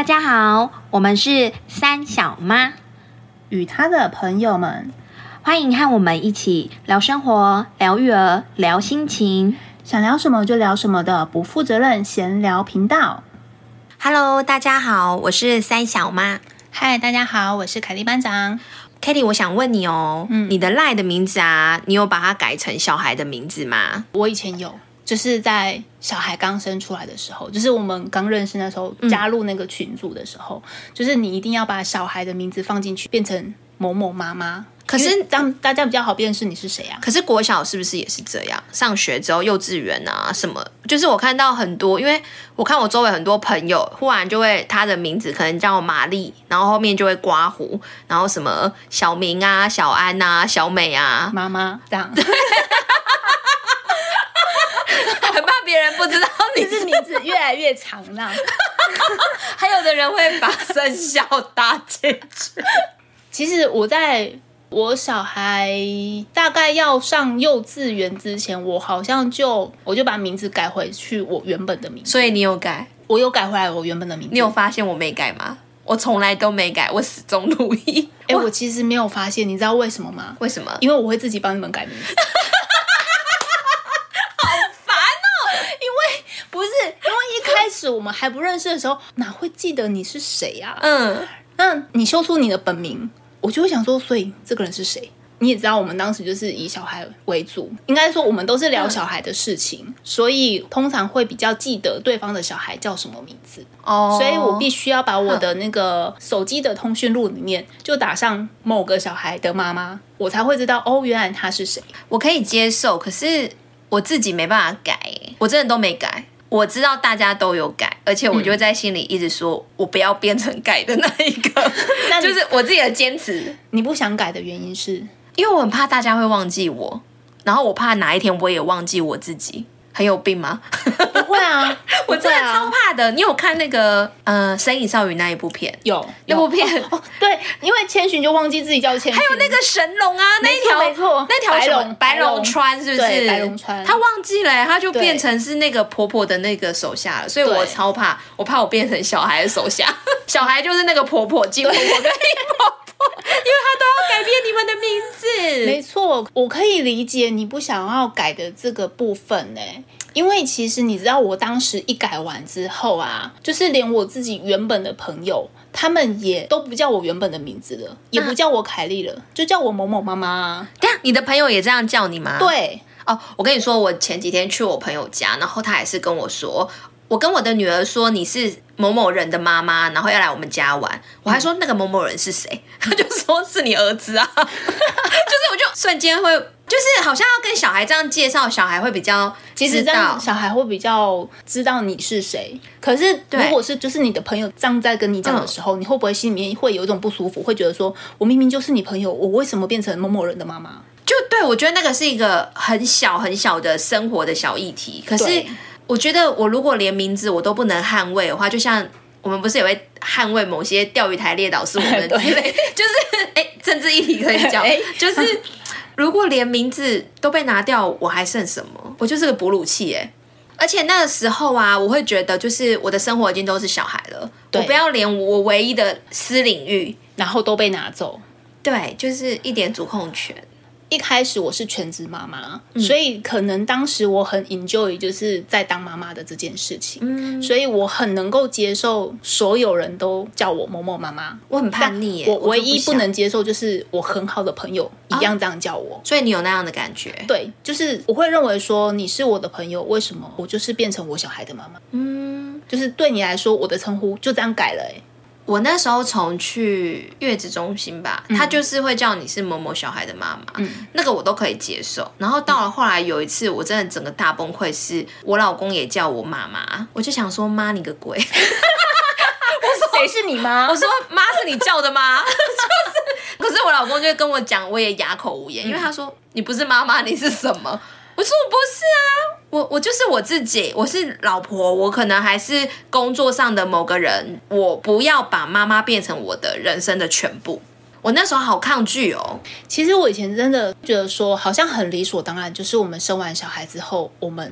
大家好，我们是三小妈与他的朋友们， 欢迎和我们一起聊生活、聊育儿、聊心情， 想聊什么就聊什么的不负责任闲聊频道。 Hello， 大家好，我是三小妈。 嗨，大家好，我是凯莉班长。 Kelly， 我想问你哦，你的 LINE 的名字啊，你有把它改成小孩的名字吗？ 我以前有，就是在小孩刚生出来的时候，就是我们刚认识那时候，加入那个群组的时候，就是你一定要把小孩的名字放进去，变成某某妈妈。可是这样大家比较好辨识你是谁啊。 可是国小是不是也是这样？上学之后，幼稚园啊什么，就是我看到很多，因为我看我周围很多朋友，忽然就会他的名字可能叫玛丽，然后后面就会刮胡，然后什么小明啊、小安啊、小美啊， 妈妈这样。 很怕别人不知道你是名字越来越长这样。 还有的人会把生肖搭进去。 其实我小孩大概要上幼稚园之前，我好像我就把名字改回去我原本的名字。 所以你有改？ 我有改回来我原本的名字。 你有发现我没改吗？我从来都没改，我始终如一。 我其实没有发现，你知道为什么吗？ 为什么？ 因为我会自己帮你们改名字。 好烦哦！ 因为一开始我们还不认识的时候，哪会记得你是谁啊？那你秀出你的本名，我就会想说，所以这个人是谁？你也知道，我们当时就是以小孩为主，应该说我们都是聊小孩的事情，所以通常会比较记得对方的小孩叫什么名字。所以我必须要把我的那个手机的通讯录里面就打上某个小孩的妈妈，我才会知道原来他是谁。 我可以接受，可是我自己没办法改，我真的都没改。我知道大家都有改，而且我就在心里一直说，我不要变成改的那一个。就是我自己的坚持。 你不想改的原因是？ 因为我很怕大家会忘记我，然后我怕哪一天我也忘记我自己。很有病吗？ 不会啊， 我真的超怕的。你有看那个《神隐少女》那一部片？ 有那部片对，因为千寻就忘记自己叫千寻。 还有那个神龙啊，那一条没错， 那条白龙川是不是？ 对，白龙川。 他忘记了，他就变成是那个婆婆的那个手下了，所以我超怕，我怕我变成小孩的手下。小孩就是那个婆婆，金婆婆跟银婆婆，因为他都要改变你们的名字。 没错，我可以理解你不想要改的这个部分呢。因为其实你知道，我当时一改完之后啊，就是连我自己原本的朋友，他们也都不叫我原本的名字了，也不叫我凯莉了，就叫我某某妈妈。 对啊，你的朋友也这样叫你吗？ 对。 我跟你说，我前几天去我朋友家，然后他也是跟我说，我跟我的女儿说你是某某人的妈妈，然后要来我们家玩。我还说那个某某人是谁？他就说是你儿子啊。就是我就瞬间会。就是好像要跟小孩这样介绍，小孩会比较知道， 其实这样小孩会比较知道你是谁。可是如果是就是你的朋友这样在跟你讲的时候，你会不会心里面会有一种不舒服，会觉得说我明明就是你朋友，我为什么变成某某人的妈妈？ 就对，我觉得那个是一个很小很小的生活的小议题。可是我觉得我如果连名字我都不能捍卫的话，就像我们不是也会捍卫某些钓鱼台列岛是我们之类，就是政治议题可以讲，就是如果连名字都被拿掉，我还剩什么？我就是个哺乳器耶。而且那个时候啊，我会觉得就是我的生活已经都是小孩了，我不要连我唯一的私领域然后都被拿走。 对，就是一点主控权。 一开始我是全职妈妈，所以可能当时我很 enjoy 就是在当妈妈的这件事情，所以我很能够接受所有人都叫我某某妈妈。 我很叛逆耶， 我唯一不能接受就是我很好的朋友一样这样叫我。 所以你有那样的感觉？对， 就是我会认为说你是我的朋友，为什么我就是变成我小孩的妈妈？就是对你来说我的称呼就这样改了耶。 我那时候从去月子中心吧，他就是会叫你是某某小孩的妈妈，那个我都可以接受。然后到了后来有一次，我真的整个大崩溃，是我老公也叫我妈妈，我就想说妈你个鬼！我说谁是你妈？ 我说妈是你叫的吗？可是我老公就跟我讲，我也哑口无言，因为他说你不是妈妈，你是什么？我说我不是啊，我就是我自己，我是老婆，我可能还是工作上的某个人，我不要把妈妈变成我的人生的全部。我那时候好抗拒哦。其实我以前真的觉得说好像很理所当然，就是我们生完小孩之后，我们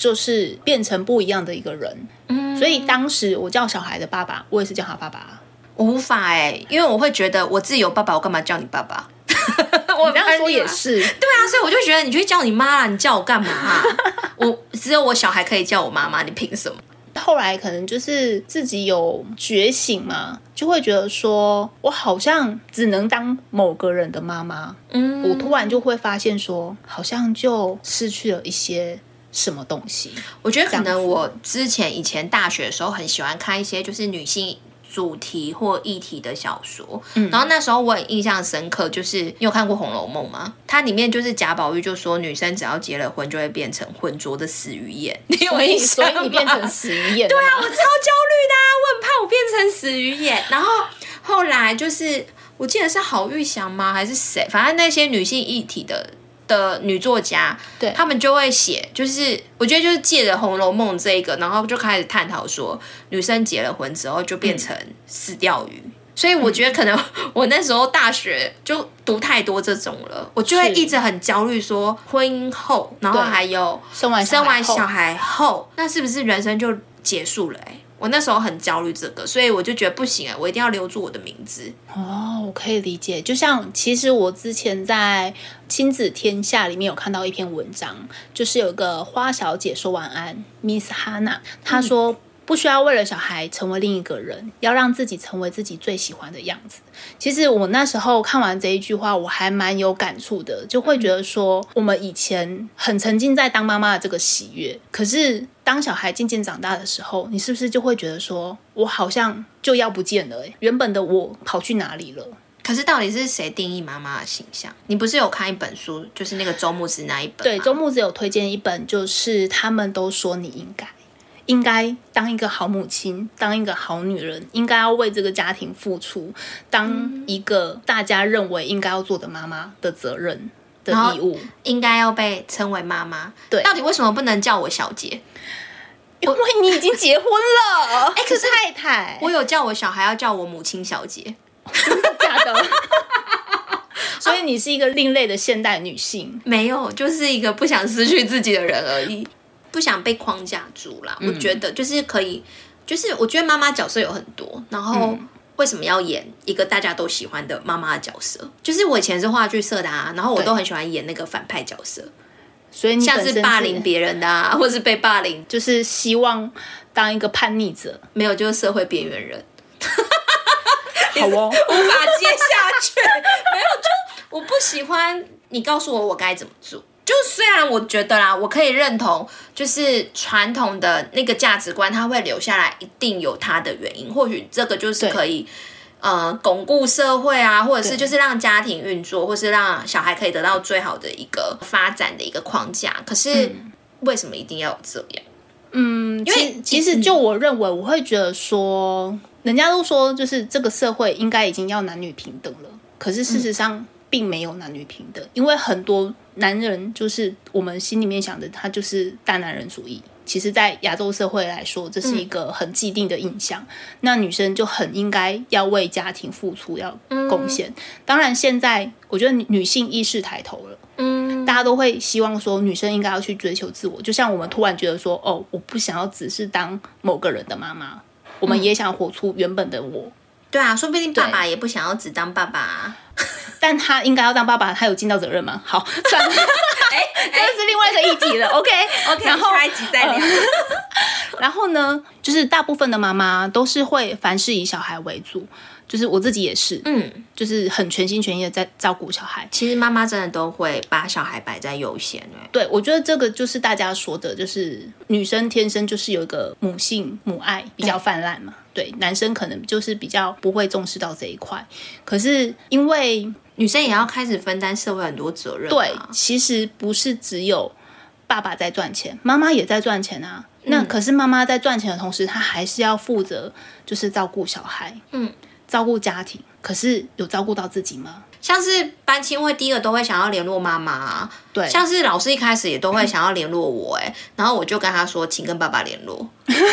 就是变成不一样的一个人。所以当时我叫小孩的爸爸，我也是叫他爸爸。 我无法因为我会觉得我自己有爸爸，我干嘛叫你爸爸？ 我这样说也是，对啊，所以我就觉得你去叫你妈啦，你叫我干嘛我只有我小孩可以叫我妈妈，你凭什么？ 后来可能就是自己有觉醒嘛，就会觉得说我好像只能当某个人的妈妈。我突然就会发现说好像就失去了一些什么东西。 我觉得可能我以前大学的时候很喜欢看一些就是女性主题或议题的小说，然后那时候我很印象深刻，就是你有看过《红楼梦》吗？它里面就是贾宝玉就说女生只要结了婚就会变成浑浊的死鱼眼，你有印象吗？ 所以你变成死鱼眼？ 对啊，我超焦虑的我很怕我变成死鱼眼。然后后来就是我记得是郝玉祥吗还是谁，反正那些女性议题的女作家，对，他们就会写，就是我觉得就是借着《红楼梦》这一个，然后就开始探讨说女生结了婚之后就变成死钓鱼。所以我觉得可能我那时候大学就读太多这种了，我就会一直很焦虑说婚姻后，然后还有生完小孩后，那是不是人生就结束了我那时候很焦虑这个，所以我就觉得不行我一定要留住我的名字。 我可以理解。就像其实我之前在亲子天下里面有看到一篇文章，就是有个花小姐说晚安 Miss Hannah， 她说不需要为了小孩成为另一个人，要让自己成为自己最喜欢的样子。其实我那时候看完这一句话我还蛮有感触的，就会觉得说我们以前很沉浸在当妈妈的这个喜悦，可是当小孩渐渐长大的时候，你是不是就会觉得说我好像就要不见了原本的我跑去哪里了？ 可是到底是谁定义妈妈的形象？你不是有看一本书，就是那个周慕姿那一本吗？ 对，周慕姿有推荐一本，就是他们都说你应该当一个好母亲，当一个好女人，应该要为这个家庭付出，当一个大家认为应该要做的妈妈的责任的义务， 应该要被称为妈妈。对，到底为什么不能叫我小姐？ 因为你已经结婚了可是太太， 我有叫我小孩要叫我母亲小姐。 真的假的？所以你是一个另类的现代女性？ 没有，就是一个不想失去自己的人而已，不想被框架住啦。我觉得就是可以，就是我觉得妈妈角色有很多，然后为什么要演一个大家都喜欢的妈妈的角色？就是我以前是话剧社的然后我都很喜欢演那个反派角色， 所以你像是霸凌别人的或是被霸凌， 就是希望当一个叛逆者， 没有就是社会边缘人。 好无法接下去。没有，就我不喜欢你告诉我该怎么做。就虽然我觉得啦，我可以认同，就是传统的那个价值观，它会留下来，一定有它的原因。或许这个就是可以巩固社会啊，或者是就是让家庭运作，或是让小孩可以得到最好的一个发展的一个框架。可是为什么一定要有这样？ 因为其实就我认为，我会觉得说，人家都说就是这个社会应该已经要男女平等了，可是事实上并没有男女平等，因为很多男人就是我们心里面想的，他就是大男人主义。其实在亚洲社会来说，这是一个很既定的印象，那女生就很应该要为家庭付出，要贡献。当然现在我觉得女性意识抬头了，大家都会希望说女生应该要去追求自我，就像我们突然觉得说我不想要只是当某个人的妈妈，我们也想活出原本的我。 对啊，说不定爸爸也不想要只当爸爸但他应该要当爸爸，他有尽到责任吗？好，算了这是另外一个议题了。OK， 然后下一集再聊。 然后呢，就是大部分的妈妈都是会凡事以小孩为主，就是我自己也是，就是很全心全意的在照顾小孩。 其实妈妈真的都会把小孩摆在优先。 对，我觉得这个就是大家说的，就是女生天生就是有一个母性母爱比较泛滥嘛。对，男生可能就是比较不会重视到这一块，可是因为女生也要开始分担社会很多责任。 对，其实不是只有爸爸在赚钱，妈妈也在赚钱啊。那可是妈妈在赚钱的同时，她还是要负责就是照顾小孩，照顾家庭。可是有照顾到自己吗？ 像是班亲会第一个都会想要联络妈妈对， 像是老师一开始也都会想要联络我然后我就跟他说请跟爸爸联络就是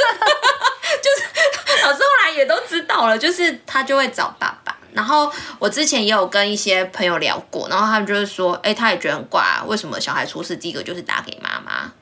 老师后来也都知道了，就是他就会找爸爸。然后我之前也有跟一些朋友聊过，然后他们就是说他也觉得很怪为什么小孩出事第一个就是打给妈妈，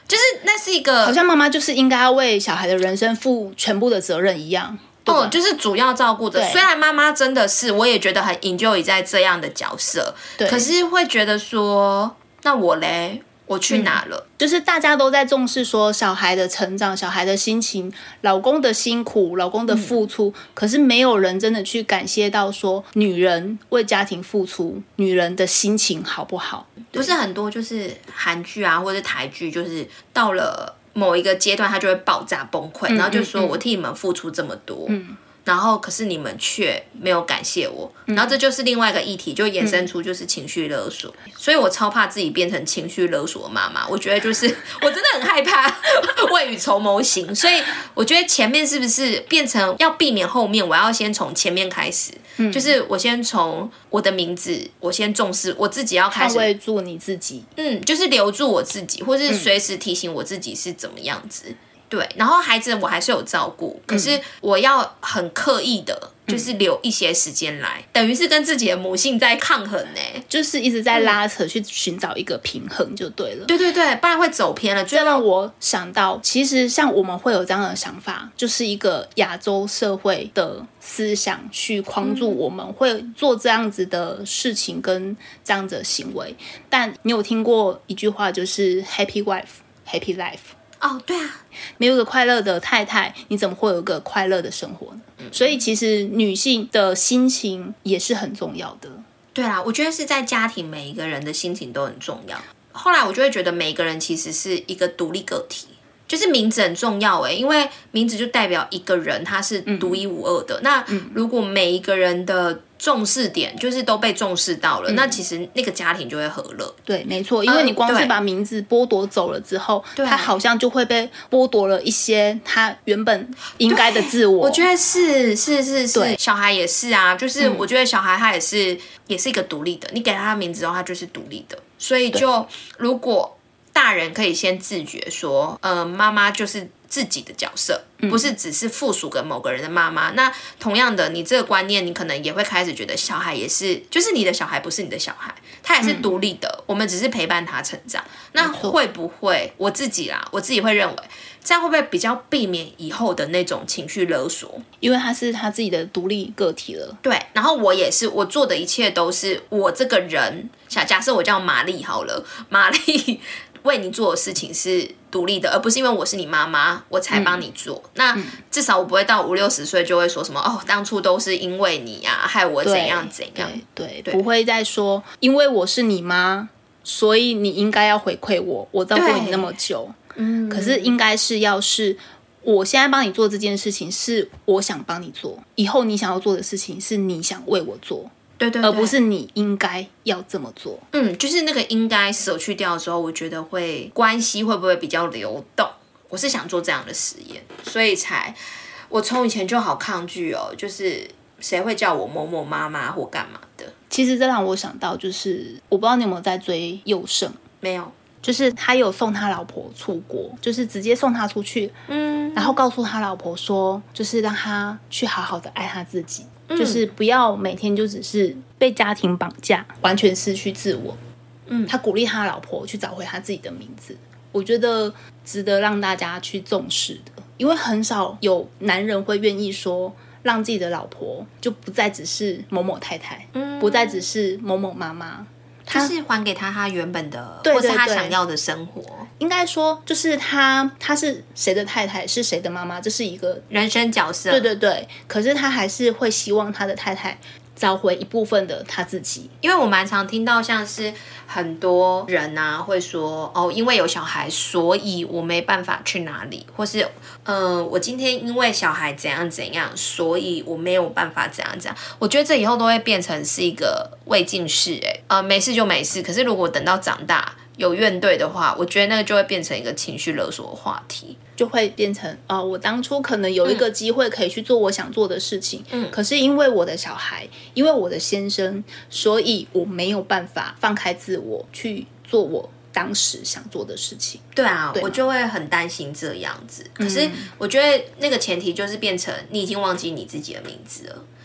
就是那是一个好像妈妈就是应该要为小孩的人生负全部的责任一样。 就是主要照顾者。虽然妈妈真的是，我也觉得很 enjoy 在这样的角色，可是会觉得说，那我嘞，我去哪了？ 就是大家都在重视说小孩的成长、小孩的心情、老公的辛苦、老公的付出，可是没有人真的去感谢到说女人为家庭付出，女人的心情好不好？ 不是很多就是韩剧啊，或者台剧，就是到了某一个阶段，他就会爆炸崩溃，然后就说我替你们付出这么多，然后可是你们却没有感谢我，然后这就是另外一个议题，就衍生出就是情绪勒索，所以我超怕自己变成情绪勒索的妈妈。我觉得就是我真的很害怕未雨绸缪型，所以我觉得前面是不是变成要避免后面，我要先从前面开始，就是我先从我的名字，我先重视我自己，要开始捍卫住你自己， 就是留住我自己，或是随时提醒我自己是怎么样子。对，然后孩子我还是有照顾，可是我要很刻意的，就是留一些时间来，等于是跟自己的母性在抗衡呢， 就是一直在拉扯，去寻找一个平衡就对了。 对对对，不然会走偏了。 这让我想到，其实像我们会有这样的想法，就是一个亚洲社会的思想去框住我们，会做这样子的事情跟这样子的行为。但你有听过一句话，就是 Happy Wife, Happy Life。 对啊， 没有一个快乐的太太，你怎么会有一个快乐的生活呢？所以其实女性的心情也是很重要的。 对啊，我觉得是在家庭每一个人的心情都很重要。后来我就会觉得每一个人其实是一个独立个体，就是名字很重要因为名字就代表一个人他是独一无二的。那如果每一个人的重视点就是都被重视到了，那其实那个家庭就会和乐。 对，没错，因为你光是把名字剥夺走了之后，他好像就会被剥夺了一些他原本应该的自我。 我觉得是，小孩也是啊，就是我觉得小孩他也是一个独立的，你给他名字的话，他就是独立的。所以就如果大人可以先自觉说，妈妈就是自己的角色，不是只是附属给某个人的妈妈。那同样的，你这个观念，你可能也会开始觉得小孩也是，就是你的小孩不是你的小孩，他也是独立的，我们只是陪伴他成长。那会不会我自己会认为，这样会不会比较避免以后的那种情绪勒索？ 因为他是他自己的独立个体了。 对，然后我也是，我做的一切都是我这个人。假设我叫玛丽好了，玛丽为你做的事情是独立的，而不是因为我是你妈妈我才帮你做。那至少我不会到50-60岁就会说什么当初都是因为你啊，害我怎样怎样。 对，不会再说因为我是你妈，所以你应该要回馈我，我照顾你那么久。可是应该是我现在帮你做这件事情是我想帮你做，以后你想要做的事情是你想为我做。 对， 而不是你应该要这么做。 就是那个应该舍去掉的时候，我觉得关系会不会比较流动？我是想做这样的实验，所以我从以前就好抗拒就是谁会叫我某某妈妈或干嘛的。 其实这让我想到，就是我不知道你有没有在追佑胜？ 没有。 就是他有送他老婆出国，就是直接送他出去，然后告诉他老婆说，就是让他去好好的爱他自己，就是不要每天就只是被家庭绑架，完全失去自我。他鼓励他老婆去找回他自己的名字，我觉得值得让大家去重视的，因为很少有男人会愿意说，让自己的老婆就不再只是某某太太，不再只是某某妈妈。 就是还给他原本的，或是他想要的生活。 应该说，就是他是谁的太太，是谁的妈妈，这是一个人生角色。 对。可是他还是会希望他的太太找回一部分的他自己。 因为我蛮常听到，像是很多人啊会说，因为有小孩，所以我没办法去哪里，或是我今天因为小孩怎样怎样，所以我没有办法怎样怎样。我觉得这以后都会变成是一个未尽事，没事就没事。可是如果等到长大有怨怼的话，我觉得那个就会变成一个情绪勒索的话题， 就会变成我当初可能有一个机会可以去做我想做的事情，可是因为我的小孩，因为我的先生，所以我没有办法放开自我去做我当时想做的事情。 对啊，我就会很担心这样子。可是我觉得那个前提就是变成你已经忘记你自己的名字了。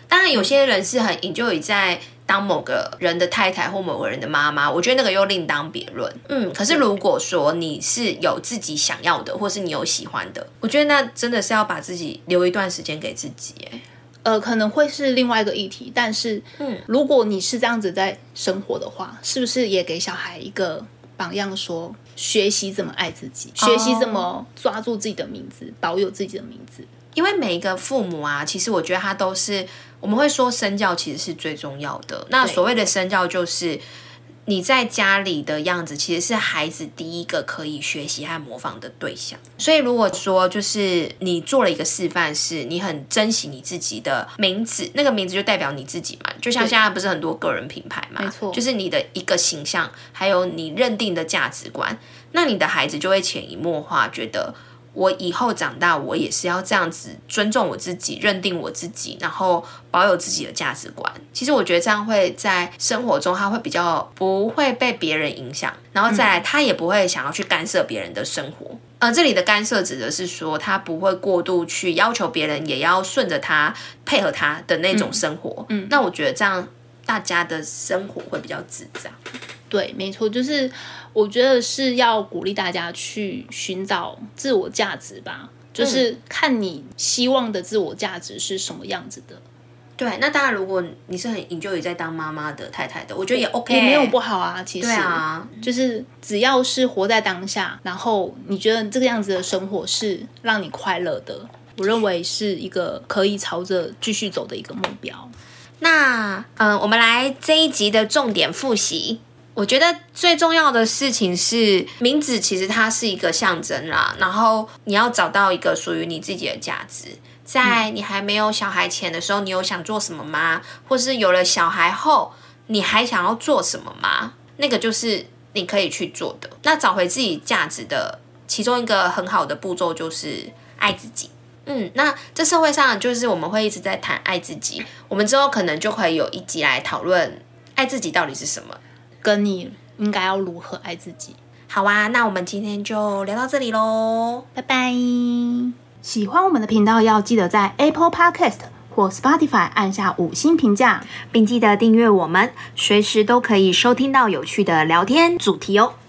当然有些人是很 enjoy 在当某个人的太太或某个人的妈妈，我觉得那个又另当别论。可是如果说你是有自己想要的，或是你有喜欢的，我觉得那真的是要把自己留一段时间给自己。 可能会是另外一个议题，但是如果你是这样子在生活的话，是不是也给小孩一个榜样，说学习怎么爱自己，学习怎么抓住自己的名字，保有自己的名字？ 因为每一个父母啊，其实我觉得他都是，我们会说身教其实是最重要的。那所谓的身教就是你在家里的样子，其实是孩子第一个可以学习和模仿的对象。所以如果说就是你做了一个示范，是你很珍惜你自己的名字，那个名字就代表你自己嘛。就像现在不是很多个人品牌嘛， 没错， 就是你的一个形象，还有你认定的价值观，那你的孩子就会潜移默化觉得，我以后长大，我也是要这样子尊重我自己，认定我自己，然后保有自己的价值观。其实我觉得这样会在生活中，他会比较不会被别人影响，然后再来他也不会想要去干涉别人的生活。这里的干涉指的是说，他不会过度去要求别人也要顺着他、配合他的那种生活。那我觉得这样大家的生活会比较自在。 对，没错，就是我觉得是要鼓励大家去寻找自我价值吧，就是看你希望的自我价值是什么样子的。 对，那当然如果你是很 enjoy 在当妈妈的太太的，我觉得也 OK， 也没有不好啊。其实对啊， 就是只要是活在当下，然后你觉得这个样子的生活是让你快乐的，我认为是一个可以朝着继续走的一个目标。 那我们来这一集的重点复习。我觉得最重要的事情是，名字其实它是一个象征啦，然后你要找到一个属于你自己的价值。在你还没有小孩前的时候，你有想做什么吗？或是有了小孩后，你还想要做什么吗？那个就是你可以去做的。那找回自己价值的其中一个很好的步骤就是爱自己。那这社会上就是我们会一直在谈爱自己，我们之后可能就可以有一集来讨论爱自己到底是什么， 跟你应该要如何爱自己。 好啊，那我们今天就聊到这里咯， 拜拜。 喜欢我们的频道，要记得在 Apple Podcast 或 Spotify 按下5星评价， 并记得订阅我们，随时都可以收听到有趣的聊天主题哦。